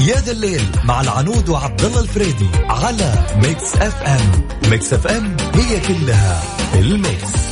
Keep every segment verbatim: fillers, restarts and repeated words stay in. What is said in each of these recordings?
يا ذا الليل مع العنود وعبد الله الفريدي على ميكس اف ام. ميكس اف ام هي كلها الميكس.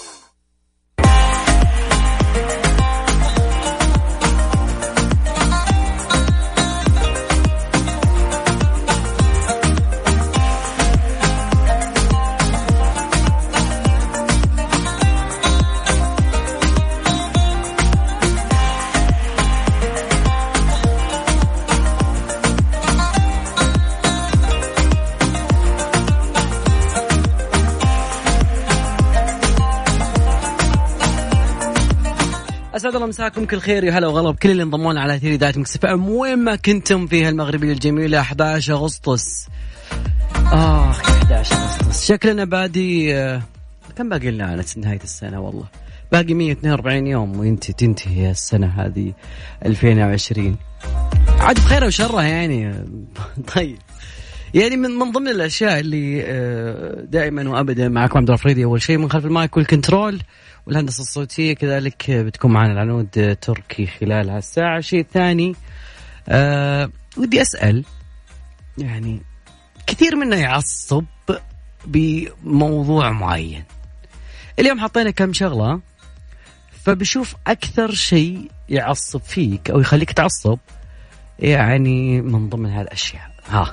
أسعد الله مساكم كل خير، يا هلا وغلا بكل اللي انضمونا على أثير إذاعة ميكس اف ام وين ما كنتم في هالمغربية الجميلة. أحد عشر أغسطس آه أحد عشر أغسطس شكلنا بادي آه كم باقي لنا على نهاية السنة؟ والله باقي مية واثنين وأربعين يوم وانت تنتهي السنة هذه ألفين وعشرين. عاد بخير وشرها يعني. طيب يعني من من ضمن الأشياء اللي دائما وأبدا معكم عبد الله الفريدي. أول شيء من خلف المايك والكنترول والهندسة الصوتية، كذلك بتكون معنا العنود تركي خلال هالساعة. شيء ثاني أه ودي أسأل، يعني كثير منا يعصب بموضوع معين. اليوم حطينا كم شغلة، فبشوف أكثر شيء يعصب فيك أو يخليك تعصب يعني من ضمن هالأشياء. ها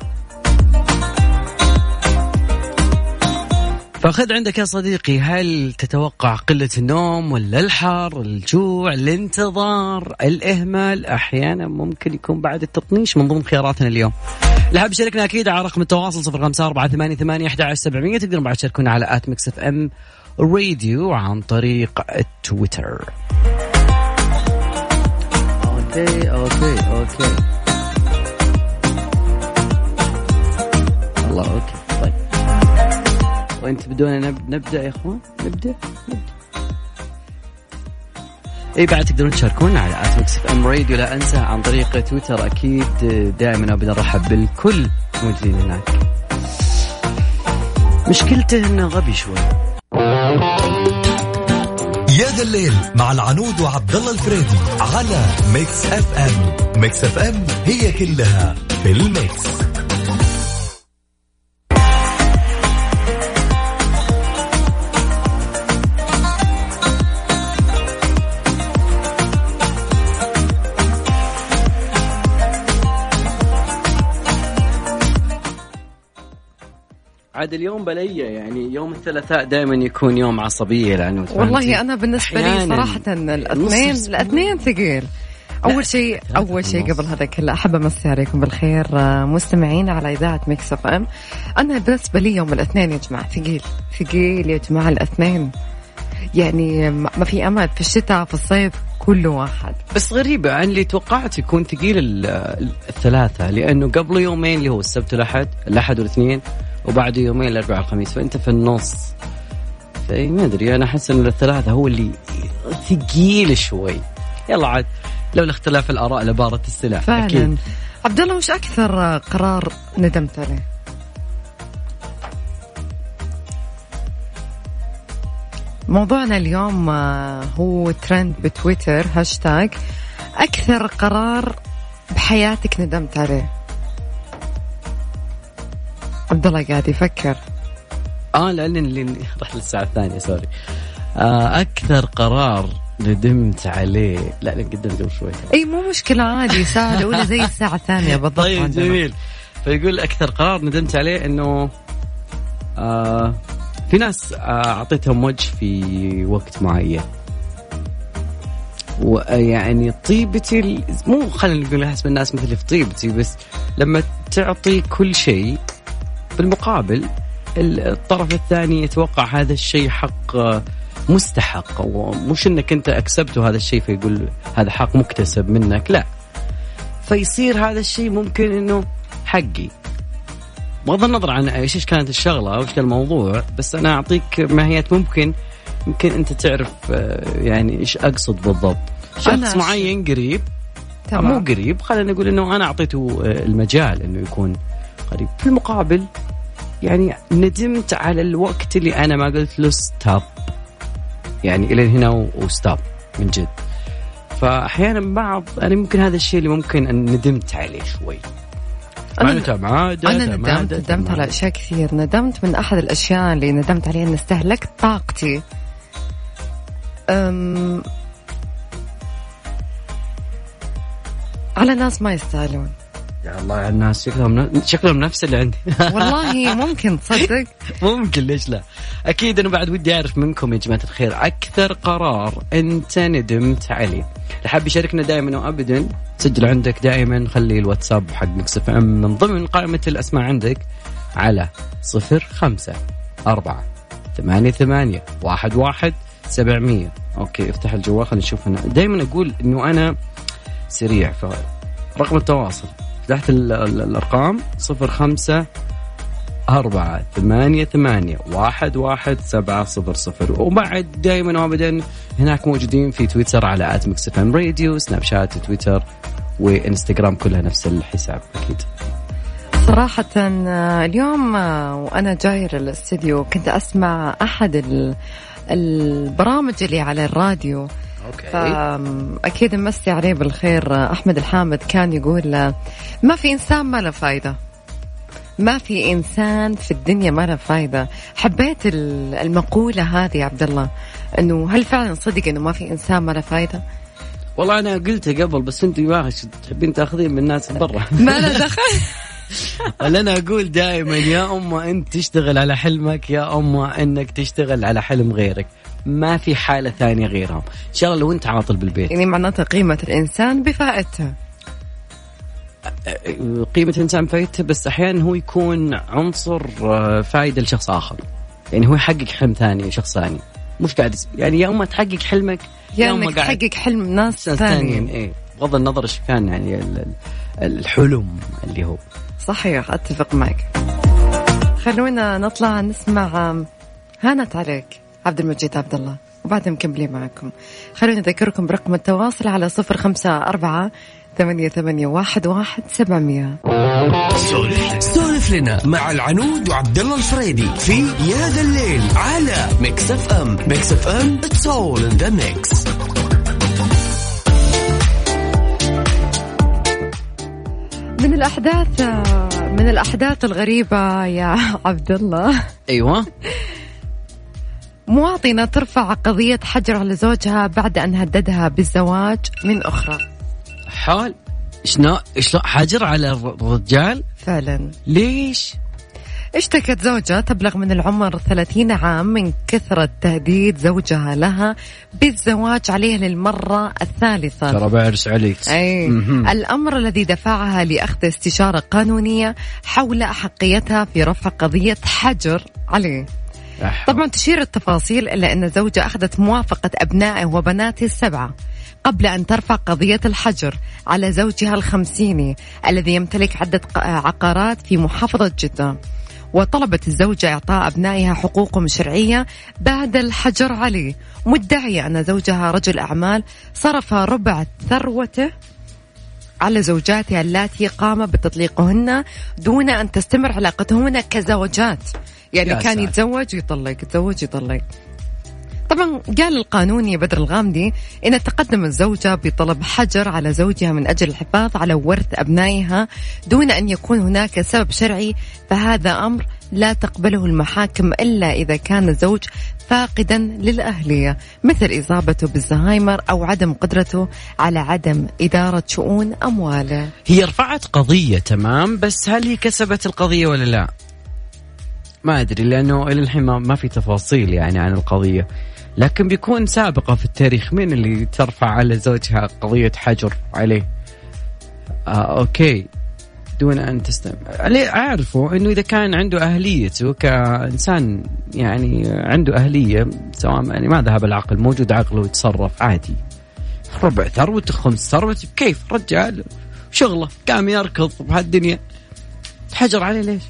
فخذ عندك يا صديقي، هل تتوقع قلة النوم ولا الحر، الجوع، الانتظار، الإهمال؟ أحيانا ممكن يكون بعد التطنيش من ضمن خياراتنا اليوم. لحب شاركنا أكيد على رقم التواصل صفر خمسة أربعة ثمانية ثمانية أحد عشر سبعمية. تقدرون بعد تشاركونا على آت ميكس اف ام راديو عن طريق التويتر. أوكي أوكي أوكي الله أوكي. طيب وانت بدون نب... نبدأ يا اخوان. نبدأ نبدأ اي بعد تقدرون تشاركونا على آت ميكس اف ام راديو. لا انسى عن طريق تويتر اكيد. دائما بنرحب بالكل موجودين هناك. مشكلته انه غبي شوي. يا ذا الليل مع العنود وعبد الله الفريدي على ميكس اف ام. ميكس اف ام هي كلها في الميكس. عاد اليوم بلية، يعني يوم الثلاثاء دائما يكون يوم عصبية لأنه والله أنا بالنسبة لي صراحة الاثنين الاثنين ثقيل. أول شيء أول شيء قبل هذا كله أحب أمسي عليكم بالخير مستمعين على إذاعة ميكس اف ام. أنا بالنسبة لي يوم الاثنين يا جماعة ثقيل ثقيل يا جماعة. الاثنين يعني ما في أمل، في الشتاء في الصيف كل واحد. بس غريبة عن اللي توقعت يكون ثقيل الثلاثة، لأنه قبل يومين اللي هو السبت والأحد الأحد والاثنين، وبعد يومين الأربعاء والخميس، فأنت في النص. فأي ما أدري، أنا أحس إن الثلاثة هو اللي ثقيل شوي. يلا عاد لو الاختلاف الآراء لبارة السلاح فعلا. أكيد. عبد الله وش أكثر قرار ندمت عليه؟ موضوعنا اليوم هو ترند بتويتر هاشتاج أكثر قرار بحياتك ندمت عليه. عبد الله قاعد يفكر. اه لأن اللي رح للساعة الثانية سوري. آه أكثر قرار ندمت عليه، لا نقدم قبل شوي. اي مو مشكلة عادي، ساعة الأولى زي الساعة الثانية بالضبط. طيب جميل. فيقول أكثر قرار ندمت عليه إنه آه في ناس آه أعطيتهم وجه في وقت معين، ويعني طيبتي مو خلينا نقول أحس بالناس مثل في طيبتي، بس لما تعطي كل شيء بالمقابل الطرف الثاني يتوقع هذا الشيء حق مستحق، ومش انك انت اكسبته هذا الشيء فيقول هذا حق مكتسب منك، لا، فيصير هذا الشيء ممكن انه حقي بغض النظر عن ايش كانت الشغله او ايش كان الموضوع. بس انا اعطيك ماهيات ممكن ممكن انت تعرف يعني ايش اقصد بالضبط. شخص معين قريب تمام. مو قريب، خلينا نقول انه انا اعطيته المجال انه يكون قريب، في المقابل يعني ندمت على الوقت اللي انا ما قلت له ستوب، يعني الى هنا وستوب من جد. فأحيانا بعض أنا ممكن هذا الشيء اللي ممكن أن ندمت عليه شوي. أنا, أنا ندمت ندمت على أشياء كثير. ندمت من أحد الأشياء اللي ندمت عليها أن استهلكت طاقتي أم على ناس ما يستاهلون. يا الله على الناس شكلهم شكلهم نفس اللي عندي. والله ممكن تصدق. ممكن ليش لا. أكيد أنا بعد ودي أعرف منكم يا جماعة الخير أكثر قرار أنت ندمت عليه. لحب يشاركنا دائما وأبدا سجل عندك دائما خلي الواتساب حق ميكس اف ام من ضمن قائمة الأسماء عندك على صفر خمسة أربعة ثمانية ثمانية واحد واحد سبعمية. أوكي افتح الجوال خلينا نشوف. أنا دائما أقول إنه أنا سريع فرقم التواصل تحت الأرقام صفر خمسة أربعة ثمانية ثمانية واحد واحد سبعة صفر صفر. وبعد دائما وابدا هناك موجودين في تويتر على آت ميكس اف ام راديو، سناب شات، تويتر وإنستغرام كلها نفس الحساب. أكيد صراحة اليوم وأنا جاير الاستديو كنت أسمع أحد البرامج اللي على الراديو. فأكيد مسي عليه بالخير. أحمد الحامد كان يقول ما في إنسان ما له فايدة، ما في إنسان في الدنيا ما له فايدة. حبيت المقولة هذه يا عبد الله، إنه هل فعلا صدق إنه ما في إنسان ما له فايدة؟ والله أنا قلتها قبل بس أنتوا واخش تحبين تأخذين من الناس برا. ما له دخل. ولا أنا أقول دائما يا أمة أنت تشتغل على حلمك، يا أمة أنك تشتغل على حلم غيرك، ما في حالة ثانية غيرهم. إن شاء الله لو أنت عاطل بالبيت يعني معناته قيمة الإنسان بفائدته. قيمة الإنسان بفائدته، بس أحيانا هو يكون عنصر فائدة لشخص آخر. يعني هو يحقق حلم ثاني شخص ثاني، مش قاعد يا يعني أما تحقق حلمك يا يعني أما تحقق حلم ناس ثانيين. إيه بغض النظر إيش كان يعني الحلم اللي هو صحيح. أتفق معك. خلونا نطلع نسمع هانت عليك عبد المجيد عبد الله وبعدها مكملين معكم. خلونا نذكركم برقم التواصل على صفر خمسة أربعة ثمانية ثمانية واحد واحد سبعمية. سولف لنا مع العنود وعبد الله الفريدي في يا ذا الليل على ميكس اف ام. ميكس اف ام it's all in the mix. من الأحداث من الأحداث الغريبة يا عبد الله. أيوة. مواطنة ترفع قضية حجر على زوجها بعد أن هددها بالزواج من أخرى. حال شنو شلون حجر على الرجال؟ فعلا. ليش؟ اشتكت زوجة تبلغ من العمر ثلاثين عام من كثرة تهديد زوجها لها بالزواج عليها للمرة الثالثة. ترى بعرس عليك. أي. الأمر الذي دفعها لأخذ استشارة قانونية حول أحقيتها في رفع قضية حجر عليه. طبعا تشير التفاصيل إلى أن الزوجة أخذت موافقة أبنائه وبناته السبعة قبل أن ترفع قضية الحجر على زوجها الخمسيني الذي يمتلك عدة عقارات في محافظة جدة. وطلبت الزوجة إعطاء أبنائها حقوقهم الشرعية بعد الحجر عليه، مدعية أن زوجها رجل أعمال صرف ربع ثروته على زوجاتها اللاتي قام بتطليقهن دون أن تستمر علاقتهن كزوجات. يعني كان يتزوج ويطلق يتزوج يطلق. طبعا قال القانوني بدر الغامدي إن تقدم الزوجة بطلب حجر على زوجها من أجل الحفاظ على ورث أبنائها دون أن يكون هناك سبب شرعي، فهذا أمر لا تقبله المحاكم إلا إذا كان الزوج فاقدا للأهلية مثل إصابته بالزهايمر أو عدم قدرته على عدم إدارة شؤون أمواله. هي رفعت قضية تمام، بس هل هي كسبت القضية ولا لا؟ ما أدري لأنه إلى الحين ما في تفاصيل يعني عن القضية، لكن بيكون سابقة في التاريخ من اللي ترفع على زوجها قضية حجر عليه. آه أوكي دون أن تستمع عليه. أعرفه إنه إذا كان عنده أهليته كإنسان يعني عنده أهلية سواء يعني ما ذهب العقل موجود عقله يتصرف عادي. ربع ثروته خمس ثروته كيف رجال شغله قام يركض بهالدنيا تحجر عليه ليش؟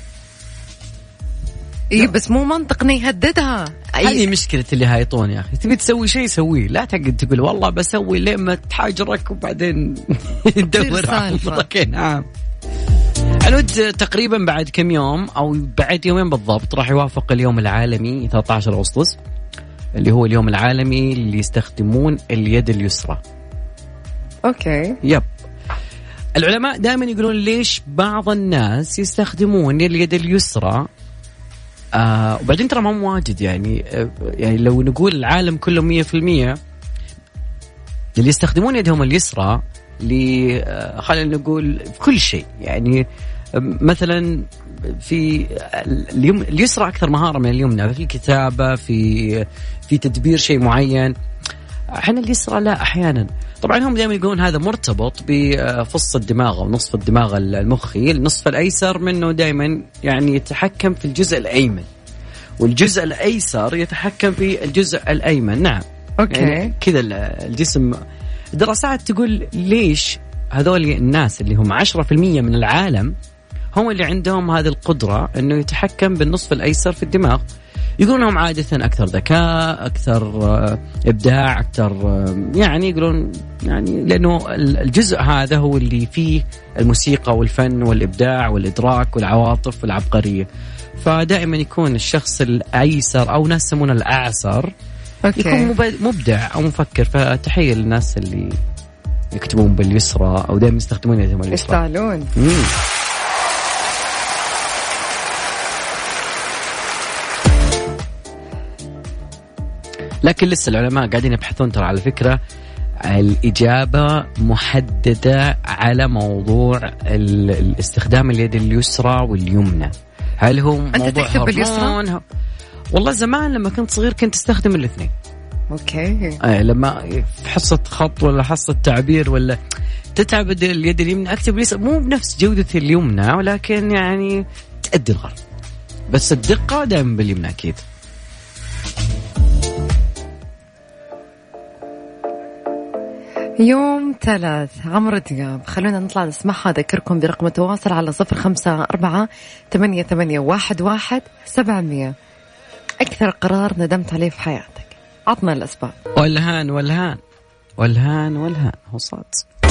إيه بس مو منطقني يهددها. هذه مشكلة اللي هايطون يا أخي. تبي تسوي شيء سويه، لا تقعد تقول والله بسوي لما تحاجرك وبعدين تدور عمرك. نعم. عنود تقريبا بعد كم يوم أو بعد يومين بالضبط راح يوافق اليوم العالمي ثلاثة عشر أغسطس اللي هو اليوم العالمي اللي يستخدمون اليد اليسرى. أوكي. يب. العلماء دائما يقولون ليش بعض الناس يستخدمون اليد اليسرى، آه وبعدين ترى ما مواجد يعني آه يعني لو نقول العالم كله مية في المية اللي يستخدمون يدهم اليسرى ل آه خلينا نقول في كل شيء، يعني مثلا في اليم اليسرى أكثر مهارة من اليمنى، في الكتابة، في في تدبير شيء معين. احنا اليسرى لا أحيانا. طبعا هم دائما يقولون هذا مرتبط بفص الدماغ أو نصف الدماغ المخي، النصف الأيسر منه دائما يعني يتحكم في الجزء الأيمن، والجزء الأيسر يتحكم في الجزء الأيمن. نعم. أوكي. يعني كذا الجسم. الدراسات تقول ليش هذول الناس اللي هم عشرة في المية من العالم هم اللي عندهم هذه القدرة إنه يتحكم بالنصف الأيسر في الدماغ. يقولونهم عادة أكثر ذكاء، أكثر إبداع، أكثر يعني يقولون يعني لأنه الجزء هذا هو اللي فيه الموسيقى والفن والإبداع والإدراك والعواطف والعبقرية. فدائما يكون الشخص الأيسر أو ناس يسمونه الأعسر يكون مبدع أو مفكر. فتحية للناس اللي يكتبون باليسرى أو دائما يستخدمون يدهم اليسرى. يستاهلون. لكن لسه العلماء قاعدين يبحثون ترى على فكرة الإجابة محددة على موضوع الاستخدام اليد اليسرى واليمنى. هل هو موضوع هرمون؟ والله زمان لما كنت صغير كنت استخدم الاثنين. أوكي. أي لما في حصة خط ولا حصة تعبير ولا تتعب اليد اليمنى أكتب اليسرى، مو بنفس جودة اليمنى ولكن يعني تأدي الغرض، بس الدقة دائما باليمنى أكيد. يوم ثلاث عمرو دياب، خلونا نطلع نسمعها. أذكركم برقم التواصل على صفر خمسة أربعة ثمانية ثمانية واحد واحد سبعمية. أكثر قرار ندمت عليه في حياتك، عطنا الأسباب. والهان والهان والهان والهان هو صاد.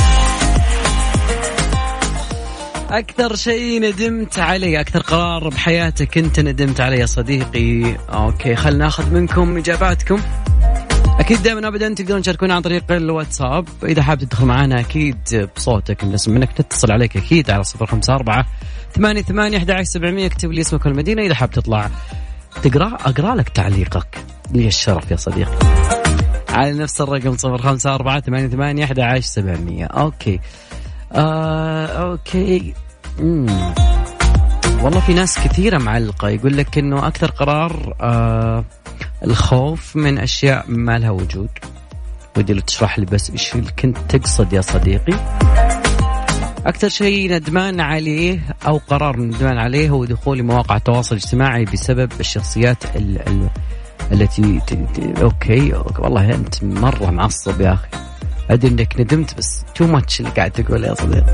أكثر شيء ندمت عليه، أكثر قرار بحياتك أنت ندمت عليه يا صديقي. أوكي خلنا ناخذ منكم إجاباتكم. أكيد دائما أبدا تقدرون تشاركونا عن طريق الواتساب. إذا حاب تدخل معنا أكيد بصوتك نسمع منك، نتصل عليك أكيد على صفر خمسة أربعة ثمانية ثمانية أحد عشر سبعمية. اكتب لي اسمك والمدينة. إذا حاب تطلع تقرأ أقرأ لك تعليقك، لي الشرف يا صديقي، على نفس الرقم صفر خمسة أربعة ثمانية ثمانية أحد عشر سبعمية. أوكي آه، أوكي. مم. والله في ناس كثيرة معلقة يقول لك إنه أكثر قرار آه الخوف من أشياء ما لها وجود. ودي لو تشرح لي بس إيش اللي كنت تقصد يا صديقي. أكثر شيء ندمان عليه أو قرار ندمان عليه هو دخول مواقع التواصل الاجتماعي بسبب الشخصيات ال ال التي ت... ت... أوكي. أوكي والله أنت مرة معصب يا أخي، أدري إنك ندمت بس تو ماتش اللي قاعد تقول يا صديقي.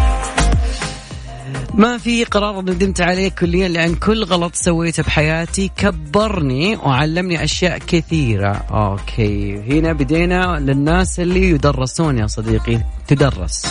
ما في قرار ندمت عليه كليا، لأن كل غلط سويته بحياتي كبرني وعلمني أشياء كثيرة. أوكي هنا بدينا للناس اللي يدرسون يا صديقي، تدرس.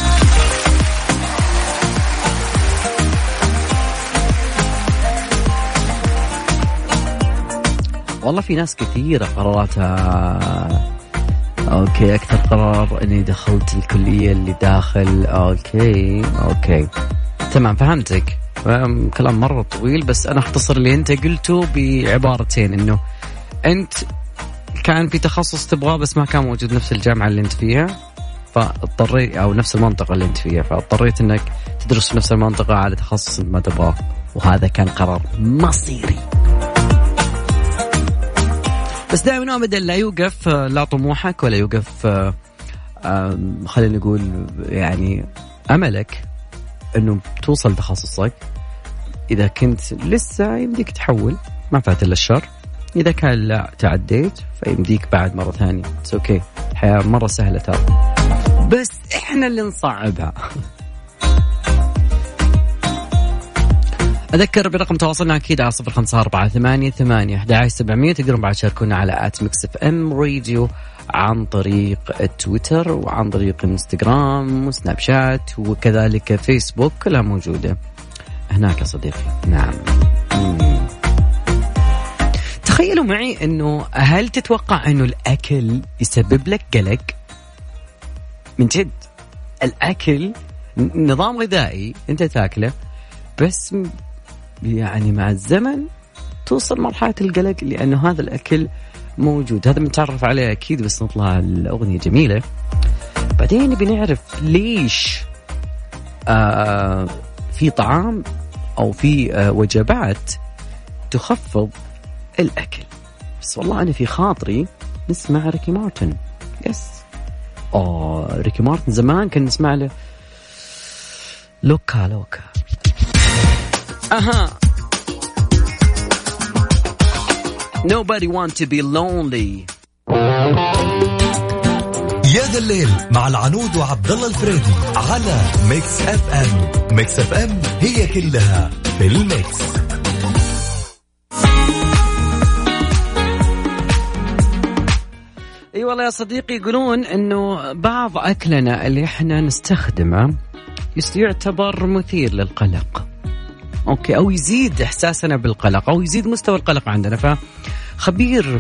والله في ناس كثيرة قراراتها. أوكي أكثر قرار أني دخلت الكلية اللي داخل. أوكي أوكي تمام فهمتك. كلام مرة طويل بس أنا أختصر اللي أنت قلته بعبارتين، إنه أنت كان في تخصص تبغاه بس ما كان موجود نفس الجامعة اللي أنت فيها، فاضطريت أو نفس المنطقة اللي أنت فيها، فاضطريت إنك تدرس في نفس المنطقة على تخصص ما تبغاه، وهذا كان قرار مصيري. بس دائما أبدا لا يوقف لا طموحك ولا يوقف خلينا نقول يعني أملك أنه توصل تخصصك. إذا كنت لسه يمديك تحول، ما فات إلا الشر. إذا كان لا تعديت فيمديك بعد مرة ثانية. بس أوكي الحياة مرة سهلة ترى، بس إحنا اللي نصعبها. أذكر برقم تواصلنا أكيد على صفر خمسة أربعة ثمانية ثمانية أحد عشر سبعمية. تقدرون بعد تشاركونا على آت ميكس اف ام راديو عن طريق التويتر وعن طريق الانستغرام وسناب شات وكذلك فيسبوك، كلها موجودة هناك يا صديقي. نعم. مم. تخيلوا معي أنه هل تتوقع أنه الأكل يسبب لك قلق؟ من جد الأكل نظام غذائي أنت تاكله، بس يعني مع الزمن توصل مرحلة القلق لأنه هذا الأكل موجود. هذا متعرف عليه أكيد، بس نطلع الأغنية جميلة بعدين بنعرف ليش آه في طعام أو في آه وجبات تخفض الأكل. بس والله أنا في خاطري نسمع ريكي مارتن. يس أوه ريكي مارتن زمان كان نسمع له لوكا لوكا. أها Nobody want to be lonely. يا ذا الليل مع العنود وعبد الله الفريدي على ميكس اف ام. ميكس اف ام هي كلها في الميكس. اي والله يا صديقي، يقولون انه بعض اكلنا اللي احنا نستخدمه يعتبر مثير للقلق، اوكي، او يزيد احساسنا بالقلق او يزيد مستوى القلق عندنا. فخبير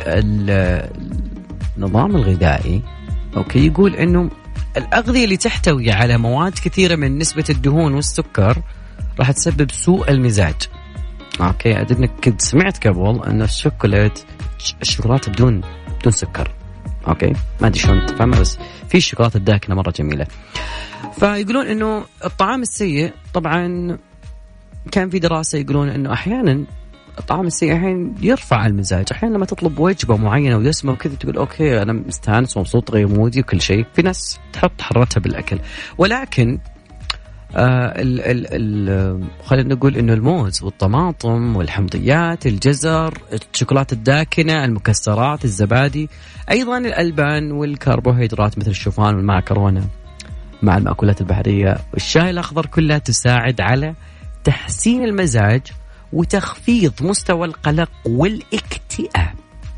بالنظام الغذائي اوكي يقول انه الاغذيه اللي تحتوي على مواد كثيره من نسبه الدهون والسكر راح تسبب سوء المزاج. اوكي ادري انك كنت سمعت قبل ان الشوكولات الشوكولاته بدون بدون سكر، اوكي ما ادري شلون تفهمها، بس في الشوكولاته الداكنه مره جميله. فيقولون انه الطعام السيء، طبعا كان في دراسه يقولون انه احيانا الطعام السيء أحيانا يرفع المزاج. أحيانا لما تطلب وجبة معينة ودسمة وكذا تقول أوكي أنا مستانس ومبسوط غير مودي وكل شيء، في ناس تحط حرتها بالأكل. ولكن آه ال ال ال خلينا نقول إنه الموز والطماطم والحمضيات، الجزر، الشوكولاتة الداكنة، المكسرات، الزبادي، أيضا الألبان والكربوهيدرات مثل الشوفان والمعكرونة مع المأكولات البحرية والشاي الأخضر كلها تساعد على تحسين المزاج وتخفيض مستوى القلق والاكتئاب.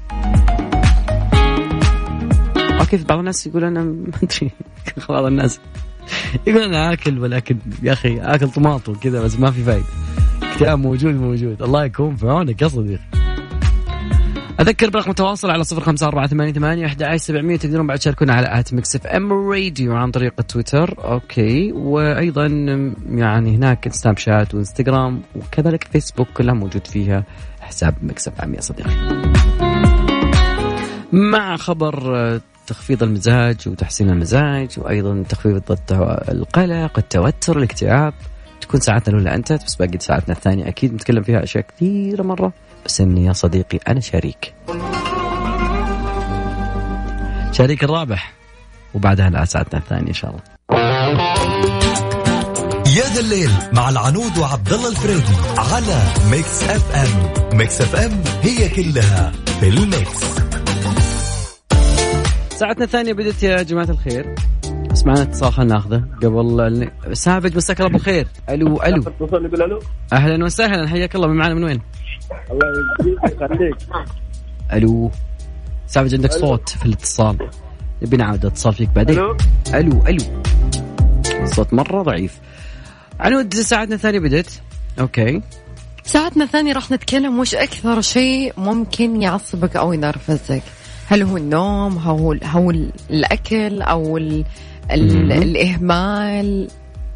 اوكي بعض الناس يقول انا ما ادري، بعض الناس يقول انا اكل ولكن يا اخي اكل طماطم كذا بس ما في فايده، اكتئاب موجود موجود. الله يكون في عونك يا صديقي. أذكر برقم التواصل على صفر خمسة أربعة ثمانية ثمانية أحد عشر سبعمية. تقدرون بعد تشاركونا على آت ميكس اف ام راديو عن طريق التويتر، أوكي، وأيضا يعني هناك سناب شات وإنستغرام وكذلك فيسبوك كلها موجود فيها حساب ميكس اف ام يا صديقي. مع خبر تخفيض المزاج وتحسين المزاج وأيضا تخفيض القلق، التوتر، الاكتئاب، تكون ساعتنا الأولى أنت، بس باقي ساعتنا الثانية أكيد نتكلم فيها أشياء كثيرة مرة، بس إني يا صديقي أنا شريك شريك الرابح، وبعدها لا ساعتنا الثانية إن شاء الله. يا ذا الليل مع العنود وعبد الله الفريدي على ميكس اف ام. ميكس اف ام هي كلها في الميكس. ساعتنا الثانية بدت يا جماعة الخير. اسمعنا اتصال خلنا ناخذه قبل. سابق مساك الله بالخير. الو الو اهلا وسهلا، حياك الله. من معنا من وين؟ الله يخليك. الو سابق، عندك صوت في الاتصال، نبي نعاود اتصال فيك بعدين. الو الو الو الصوت مره ضعيف. عنود ساعتنا الثانية بدت. اوكي ساعتنا الثانية راح نتكلم وش اكثر شيء ممكن يعصبك او ينرفزك. هل هو النوم، هو هو الاكل، او ال ال الإهمال،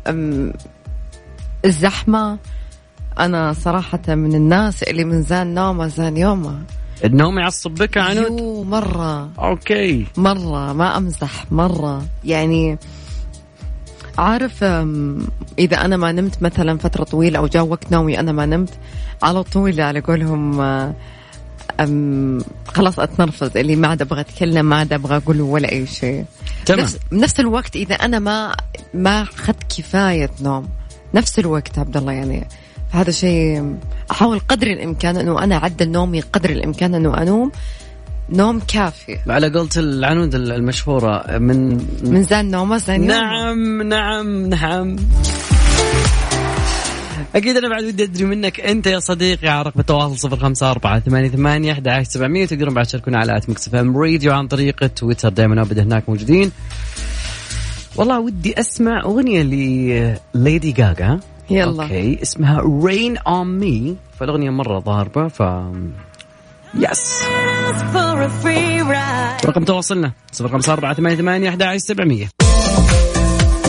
الزحمة؟ أنا صراحة من الناس اللي من زان نومه زان يومه. النوم يعصب بك عنود؟ يو مرة. أوكي مرة ما أمزح مرة. يعني عارف إذا أنا ما نمت مثلا فترة طويلة أو جاء وقت نومي أنا ما نمت، على طول على قولهم أم خلاص أتنرفز، اللي ما عاد أبغى أتكلم، ما عاد أبغى أقوله ولا أي شيء. نفس, نفس الوقت إذا أنا ما ما أخذت كفاية نوم نفس الوقت عبد الله، يعني هذا شيء أحاول قدر الإمكان أنه أنا أعدل نومي قدر الإمكان، أنه أنوم نوم كافي. على قولة العنود المشهورة من من زان نومه زان يومه. نعم نعم نعم. أكيد أنا بعد ودي أدري منك أنت يا صديقي على رقم التواصل صفر خمسة أربعة ثمانية ثمانية أحد عشر سبعمية. تقدرون بعد تشاركونا على آت ميكس اف ام راديو عن طريق تويتر، دائما أبدا هناك موجودين. والله ودي أسمع أغنية لليدي غاغا. يلا أوكي اسمها Rain on Me، فالأغنية مرة ضاربة. ف يس رقم تواصلنا صفر خمسة أربعة ثمانية ثمانية أحد عشر سبعمية.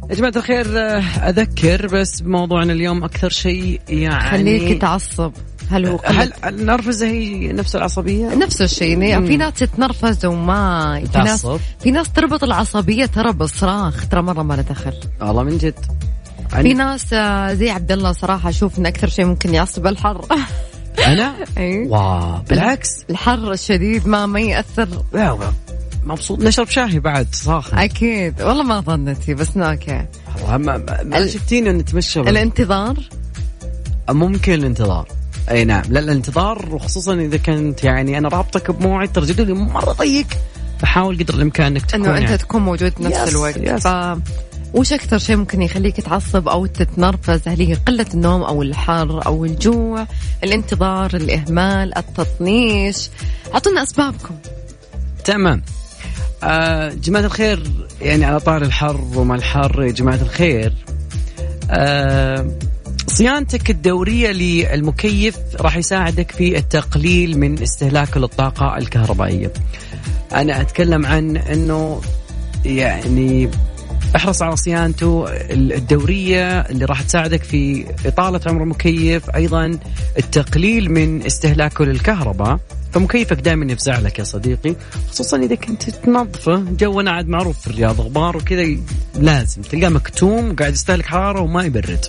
يا جماعة الخير أذكر بس بموضوعنا اليوم أكثر شيء يعني خليك تعصب. هل هو هل النرفزة هي نفس العصبية؟ نفس الشيء. يعني في ناس تتنرفز وما في ناس في ناس تربط العصبية ترى بالصراخ، ترى مرة ما له دخل. والله من جد. في ناس زي عبد الله صراحة أشوف إن أكثر شيء ممكن يعصب الحر. أنا؟ واو بالعكس الحر الشديد ما ما يأثر. مبسوط نشرب شاهي بعد ساخن. أكيد والله ما ظنتي بس اوكي. ما, ما شفتيني نتمشى. الانتظار ممكن الانتظار أي نعم. لا الانتظار وخصوصا إذا كنت يعني أنا رابطك بموعد ترى جدولي مرة ضيق، بحاول قدر الإمكان إنك تكون إنه أنت يعني تكون موجود في نفس يس الوقت. يس. ف وش أكثر شيء ممكن يخليك تعصب أو تتنرفز؟ هل هي قلة النوم أو الحر أو الجوع، الانتظار، الإهمال، التطنيش؟ أعطونا أسبابكم. تمام. آه جماعة الخير، يعني على طار الحر وما الحر يا جماعة الخير، آه صيانتك الدورية للمكيف راح يساعدك في التقليل من استهلاك للطاقة الكهربائية. أنا أتكلم عن أنه يعني احرص على صيانته الدورية اللي راح تساعدك في إطالة عمر المكيف، أيضا التقليل من استهلاكه للكهرباء. فمكيفك دائما يفزع لك يا صديقي، خصوصا إذا كنت تنظفه. جونا عاد معروف في الرياض غبار وكذا، لازم تلقاه مكتوم وقاعد يستهلك حرارة وما يبرد.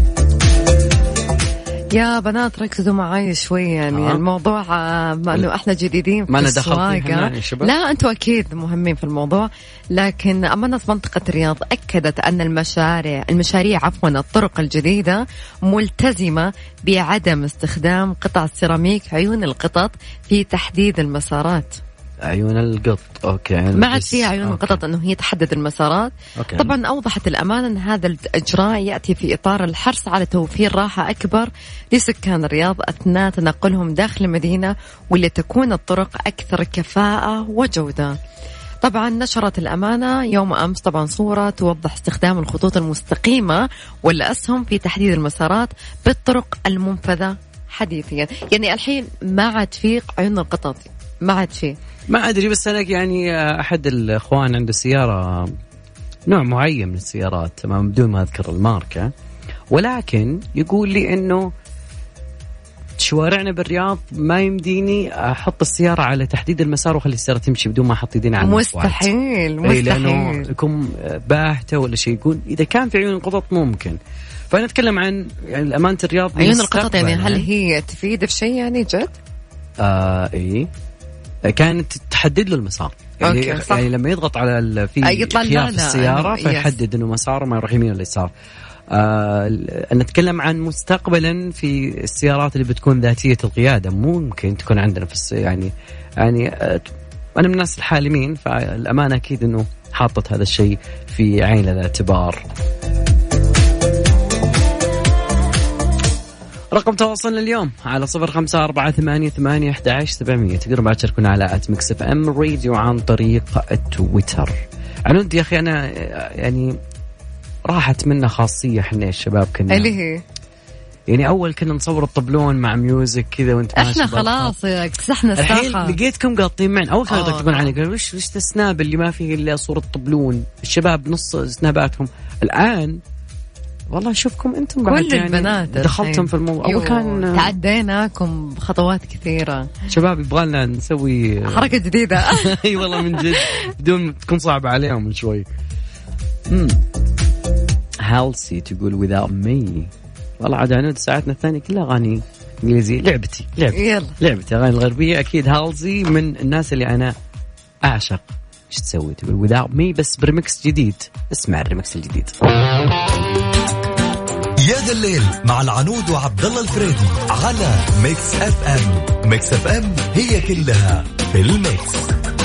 يا بنات ركزوا معي شوي، يعني آه. الموضوع ما انه احنا جديدين في السواقة. لا انتوا اكيد مهمين في الموضوع، لكن امانة منطقة الرياض اكدت ان المشاريع المشاريع عفوا الطرق الجديدة ملتزمة بعدم استخدام قطع السيراميك عيون القطط في تحديد المسارات. عيون القط اوكي، ما عاد فيها عيون القطط انه هي تحدد المسارات. أوكي. طبعا اوضحت الامانه ان هذا الاجراء ياتي في اطار الحرص على توفير راحه اكبر لسكان الرياض اثناء تنقلهم داخل المدينه، واللي تكون الطرق اكثر كفاءه وجوده. طبعا نشرت الامانه يوم امس طبعا صوره توضح استخدام الخطوط المستقيمه والاسهم في تحديد المسارات بالطرق المنفذه حديثيا. يعني الحين ما عاد في عيون القطط، ما عاد فيه. ما أدري، بس أنا يعني أحد الإخوان عنده سيارة نوع معين من السيارات، تمام، بدون ما أذكر الماركة، ولكن يقول لي إنه شوارعنا بالرياض ما يمديني أحط السيارة على تحديد المسار وخلي السيارة تمشي بدون ما أحط يدين على المسواك. مستحيل مستحيل، لأنه يكون باهته ولا شيء. يقول إذا كان في عيون القطط ممكن. فأنا أتكلم عن يعني أمانة الرياض. عيون القطط يعني هل هي تفيد في شيء يعني جد؟ آه إيه، كانت تحدد له المسار. يعني, يعني لما يضغط على في خيار في السيارة فيحدد إنه مساره ما يروح يمين ولا يسار. آه أنا أتكلم عن مستقبلا في السيارات اللي بتكون ذاتية القيادة، ممكن تكون عندنا في يعني يعني آه أنا من الناس الحالمين، فالأمانة أكيد إنه حاطت هذا الشيء في عين الاعتبار. رقم تواصلنا اليوم على صفر خمسة أربعة ثمانية ثمانية أحد عشر سبعمية. تقدروا بعد تشاركونا على آت ميكس إف إم راديو عن طريق التويتر. عنود يا أخي أنا يعني راحت منا خاصية إحنا الشباب كنا اللي هي يعني أول كنا نصور الطبلون مع ميوزك كذا وأنت ماشي. إحنا خلاص اكتسحنا الساحة. الحين لقيتكم قاطين معنا. أول كانوا يكتبون عني قالوا وش وش السناب اللي ما فيه إلا صورة طبلون. الشباب نص سناباتهم الآن والله شوفكم انتم بعد كل يعني البنات دخلتم في الموضوع. اول كان تعديناكم بخطوات كثيره. شباب يبغى لنا نسوي حركه جديده. اي والله من جد بدون تكون صعبه عليهم شوي. امم هالسي تقول without me. والله عاد عنود ساعتنا الثانيه كلها اغاني انجليزيه. لعبتي لعبتي لعبتي اغاني الغربيه. اكيد هالسي من الناس اللي انا اعشق. ايش تسوي؟ تقول without me بس بريمكس جديد. اسمع الريمكس الجديد. يا ذا الليل مع العنود وعبد الله الفريدي على ميكس اف ام. ميكس اف ام هي كلها في الميكس.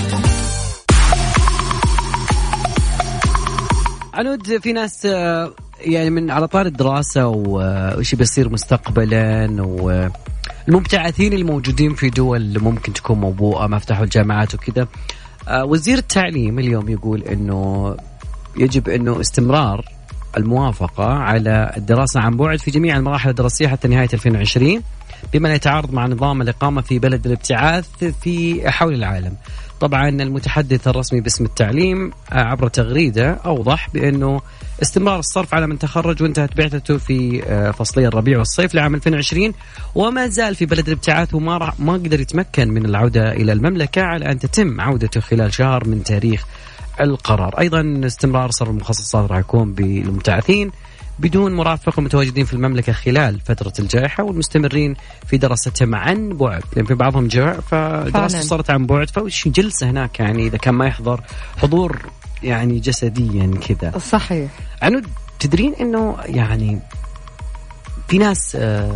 عنود في ناس يعني من على طار الدراسة وش بيصير مستقبلا والمبتعثين الموجودين في دول ممكن تكون موبوءة ما فتحوا الجامعات وكذا. وزير التعليم اليوم يقول انه يجب انه استمرار الموافقة على الدراسة عن بعد في جميع المراحل الدراسية حتى نهاية ألفين وعشرين بما لا يتعارض مع نظام الإقامة في بلد الابتعاث في حول العالم. طبعا المتحدث الرسمي باسم التعليم عبر تغريدة أوضح بأنه استمرار الصرف على من تخرج وانتهت بعثته في فصلي الربيع والصيف لعام ألفين وعشرين وما زال في بلد الابتعاث وما ما قدر يتمكن من العودة إلى المملكة على أن تتم عودته خلال شهر من تاريخ القرار. أيضا استمرار صرف المخصصات راح يكون بالمبتعثين بدون مرافق المتواجدين في المملكة خلال فترة الجائحة والمستمرين في دراستهم عن بعد، لأن في بعضهم جوع فدراسته صارت عن بعد، فوش جلسة هناك يعني إذا كان ما يحضر حضور يعني جسديا كذا. صحيح. عنود تدرين إنه يعني في ناس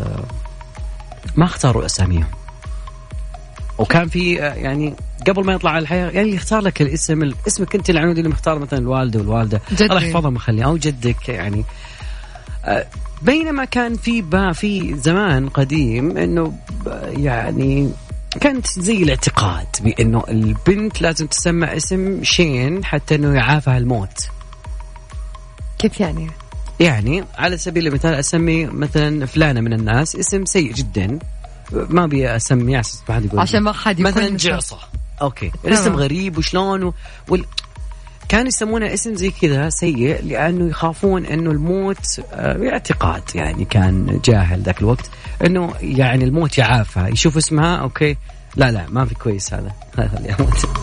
ما اختاروا أساميهم، وكان في يعني قبل ما يطلع على الحياة يعني يختار لك الاسم، اسمك أنت العنود اللي مختار مثلا الوالدة والوالدة الله يحفظهم ويخليهم أو جدك يعني. بينما كان في با في زمان قديم انه يعني كانت زي الاعتقاد بانه البنت لازم تسمى اسم شين حتى انه يعافها الموت. كيف يعني؟ يعني على سبيل المثال اسمي مثلا فلانة من الناس اسم سيء جدا، ما ابي اسمي اساس ما حد يقول عشان ما حد مثلا جعصة، اوكي الاسم غريب وشلون وال... كانوا يسمونه اسم زي كذا سيء لأنه يخافون أنه الموت اعتقاد يعني كان جاهل ذاك الوقت أنه يعني الموت يعافى، يشوف اسمها أوكي لا لا ما في كويس هذا هذا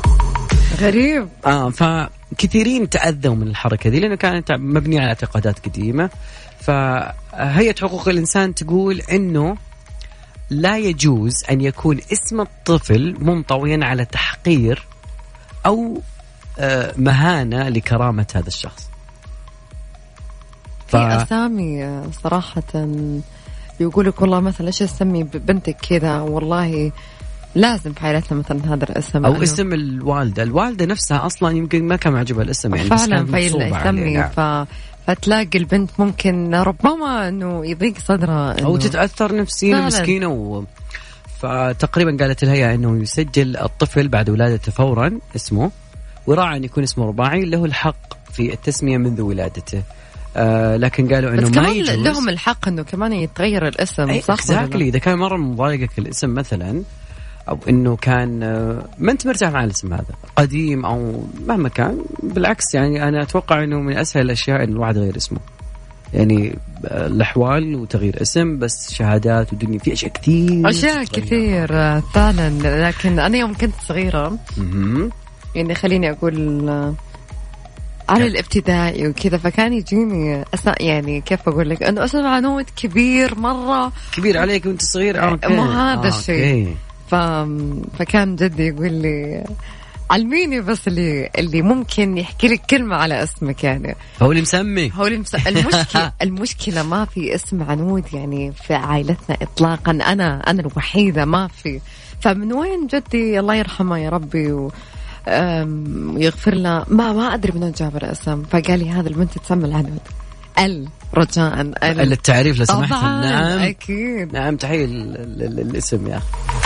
غريب. آه فكثيرين تأذوا من الحركة دي لأنه كانت مبنية على اعتقادات قديمة. فهيئة حقوق الإنسان تقول أنه لا يجوز أن يكون اسم الطفل منطويا على تحقير أو مهانة لكرامة هذا الشخص. ف... في أسامي صراحة يقولك والله مثلا إيش أسمي بنتك كذا، والله لازم في عائلتنا مثلا هذا الاسم أو اسم الوالدة، الوالدة نفسها أصلا يمكن ما كان معجبها الاسم يعني فعلا فيسمي ف... فتلاقي البنت ممكن ربما أنه يضيق صدرها إنه... أو تتأثر نفسيا مسكينة و... فتقريبا قالت الهيئة أنه يسجل الطفل بعد ولادته فورا اسمه، وراعي أن يكون اسمه رباعي له الحق في التسمية منذ ولادته. آه لكن قالوا إنه ما يجوز لهم الحق إنه كمان يتغير الاسم. صح exactly. إذا كان مرة مضايقك الاسم مثلا أو إنه كان آه ما أنت مرتاح مع الاسم هذا قديم أو مهما كان، بالعكس يعني أنا أتوقع إنه من أسهل الأشياء إن الواحد يغير اسمه يعني آه الأحوال وتغيير اسم، بس شهادات ودنيا في أشياء كثير أشياء كثير فعلا. لكن أنا يوم كنت صغيرة يعني خليني أقول على الابتدائي وكذا، فكان يجيني أسماء يعني كيف أقول لك أنه اسم عنود كبير مرة كبير عليك وأنت صغير. مو هذا الشيء. ف... فكان جدي يقول لي علميني بس اللي اللي ممكن يحكي لك كلمة على اسمك يعني هو اللي مسمي هو اللي مس... المشكلة المشكلة ما في اسم عنود يعني في عائلتنا إطلاقا، أنا أنا الوحيدة ما في. فمن وين جدي الله يرحمه يا ربي و... يغفر له ما ما أدري من جاب الاسم، فقال لي هذا البنت تسمى العنود ال رجاء ال التعريف لو سمحت. نعم أكيد نعم تحية الاسم يا أخي.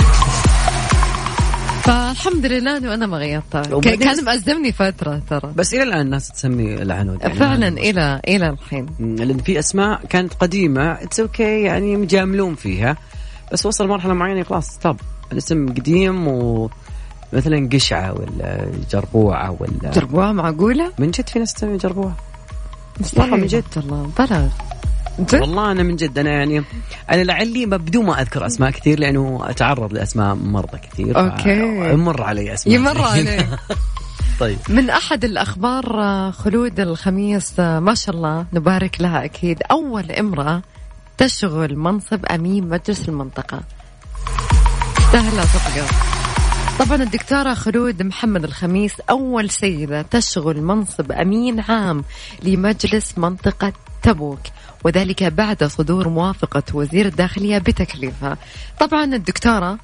فالحمد لله إنه أنا ما غيرتها، كان مأزمني فترة ترى، بس إلى الآن الناس تسمي العنود يعني فعلا إلى إلى الحين، لأن في أسماء كانت قديمة اتس اوكي يعني مجاملون فيها، بس وصل مرحلة معينة خلاص ستوب الاسم قديم. و مثلا قشعة ولا جربوعة ولا جربوعة معقولة؟ من جد في ناس تسمي جربوعة والله من جد والله بلغ والله أنا من جد أنا يعني أنا لعلي بدو ما أذكر أسماء كثير لأنه أتعرض لأسماء مرضى كثير. أوكي يمر علي أسماء يمر علي. طيب من أحد الأخبار خلود الخميس ما شاء الله نبارك لها أكيد، أول امرأة تشغل منصب أمين مجلس المنطقة. سهلة صفقة. طبعا الدكتورة خلود محمد الخميس أول سيدة تشغل منصب أمين عام لمجلس منطقة تبوك، وذلك بعد صدور موافقة وزير الداخلية بتكليفها. طبعا الدكتورة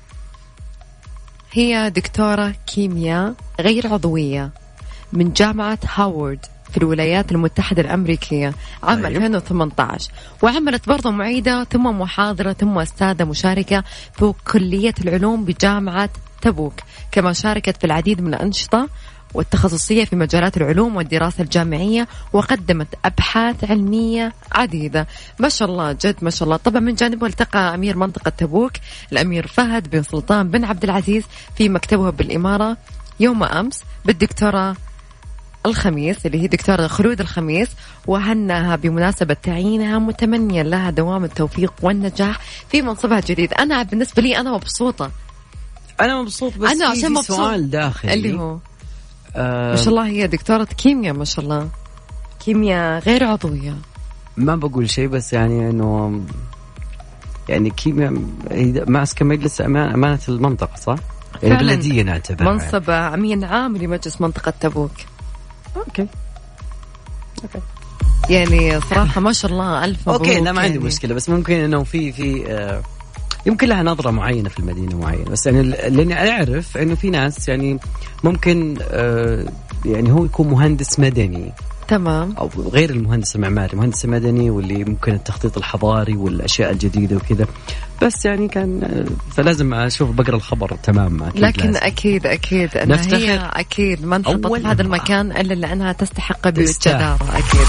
هي دكتورة كيمياء غير عضوية من جامعة هاورد في الولايات المتحدة الأمريكية عام ألفين وثمانية عشر، وعملت برضو معيدة ثم محاضرة ثم أستاذة مشاركة في كلية العلوم بجامعة تبوك، كما شاركت في العديد من الأنشطة والتخصصية في مجالات العلوم والدراسة الجامعية، وقدمت أبحاث علمية عديدة. ما شاء الله جد ما شاء الله. طبعا من جانبه التقى أمير منطقة تبوك الأمير فهد بن سلطان بن عبد العزيز في مكتبه بالإمارة يوم أمس بالدكتورة الخميس اللي هي دكتورة خلود الخميس، وهنها بمناسبة تعيينها متمنيا لها دوام التوفيق والنجاح في منصبها الجديد. أنا بالنسبة لي أنا مبسوطة، أنا مبسوط، بس أنا عشان مبسوط سؤال داخلي اللي هو آه ما شاء الله هي دكتورة كيمياء، ما شاء الله كيمياء غير عضوية. ما بقول شيء، بس يعني إنه يعني كيمياء ماسكة مجلس أمانة المنطقة صح؟ يعني بلدية نعتبرها منصب يعني. أمين عام لمجلس منطقة تبوك. أوكي أوكي يعني صراحة ما شاء الله ألف مبروك. أوكي لا ما عندي يعني. مشكلة، بس ممكن إنه في في آه يمكن لها نظرة معينة في المدينة معينة، بس يعني لأني أعرف إنه في ناس يعني ممكن آه يعني هو يكون مهندس مدني تمام، أو غير المهندس المعماري، مهندس مدني واللي ممكن التخطيط الحضاري والأشياء الجديدة وكذا، بس يعني كان فلازم أشوف بقرأ الخبر تمام. أكيد لكن لازم. أكيد أكيد أن هي أكيد ما انحطت في هذا المكان إلا لأنها تستحق بالجدارة. أكيد.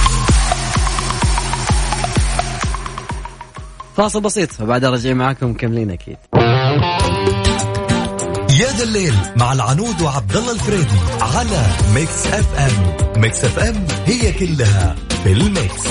فاصل بسيط وبعد رجع معكم مكملين أكيد. يا ذا الليل مع العنود وعبد الله الفريدي على ميكس اف ام. ميكس اف ام هي كلها بالميكس.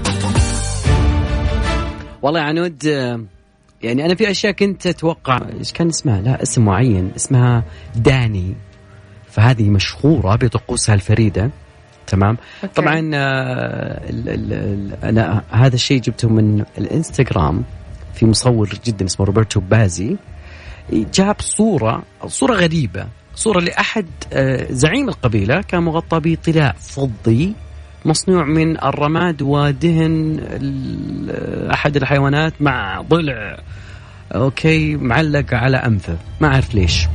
والله يا عنود يعني أنا في أشياء كنت أتوقع إيش كان اسمها، لا اسم معين اسمها داني، فهذه مشهورة بطقوسها الفريدة. تمام. أوكي. طبعا ال ال ال أنا هذا الشيء جبته من الإنستغرام في مصور جدا اسمه روبرتو بازي، جاب صورة صورة غريبة، صورة لأحد زعيم القبيلة كان مغطى بطلاء فضي مصنوع من الرماد ودهن أحد الحيوانات مع ضلع أوكي معلق على أنفه، ما أعرف ليش.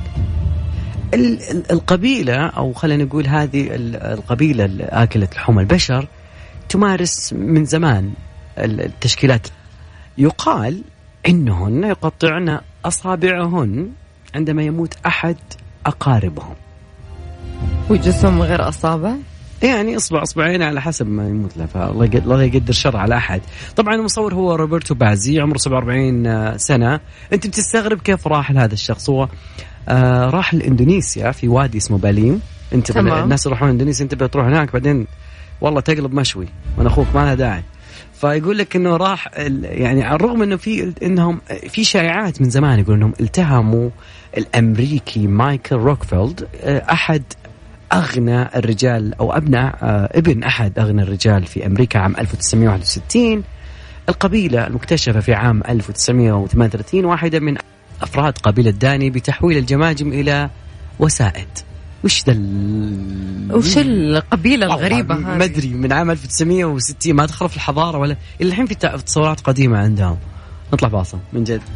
القبيلة أو خلينا نقول هذه القبيلة آكلة لحوم البشر تمارس من زمان التشكيلات، يقال إنهن يقطعن أصابعهن عندما يموت أحد أقاربهم. وجسم غير أصابع؟ يعني إصبع أصبعين على حسب ما يموت له، فالله يقدر شر على أحد. طبعا المصور هو روبرتو بازي عمره سبعة وأربعين سنة. أنت بتستغرب كيف راح لهذا الشخص، هو آه راح لإندونيسيا في وادي اسمه باليم. أنت تمام. الناس يروحون إندونيسيا، أنت بتروح هناك بعدين والله تقلب مشوي من أخوك ما لها داعي. فيقول لك إنه راح يعني على الرغم إنه في إنهم في شائعات من زمان يقول إنهم التهموا الأمريكي مايكل روكفيلد أحد أغنى الرجال أو أبناء ابن أحد أغنى الرجال في أمريكا عام ألف وتسعمائة وواحد وستين. القبيلة المكتشفة في عام ألف وتسعمائة وثمانية وثلاثين واحدة من أفراد قبيلة داني بتحويل الجماجم إلى وسائد. وش ذا ال... وش القبيلة الغريبة هذه؟ ما أدري من عام ألف وتسعمائة وستين ما دخلوا في الحضارة ولا الحين في تصورات قديمة عندهم. نطلع باصل من جد.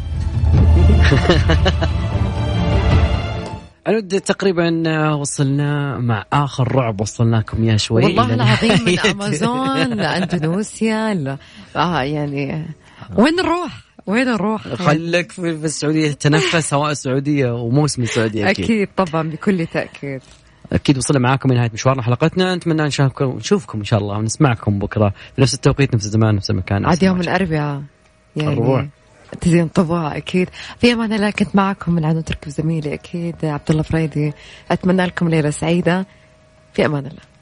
أنا تقريبا وصلنا مع آخر رعب وصلناكم يا شوي والله العظيم من أمازون لأندونيسيا ل... آه يعني وين نروح وين نروح خليك في السعودية تنفس هواء السعودية وموسم السعودية. أكيد, أكيد طبعا بكل تأكيد. أكيد وصلنا معاكم لنهاية مشوارنا حلقتنا. نتمنى نشوفكم نشوفكم إن شاء الله ونسمعكم بكرة في نفس التوقيت نفس الزمان نفس المكان عاد يوم الأربعاء يعني الربوع. تزين طبوع. أكيد. في أمان الله. كنت معكم من عنو تركب زميلي أكيد عبد الله فريدي. أتمنى لكم ليلة سعيدة. في أمان الله.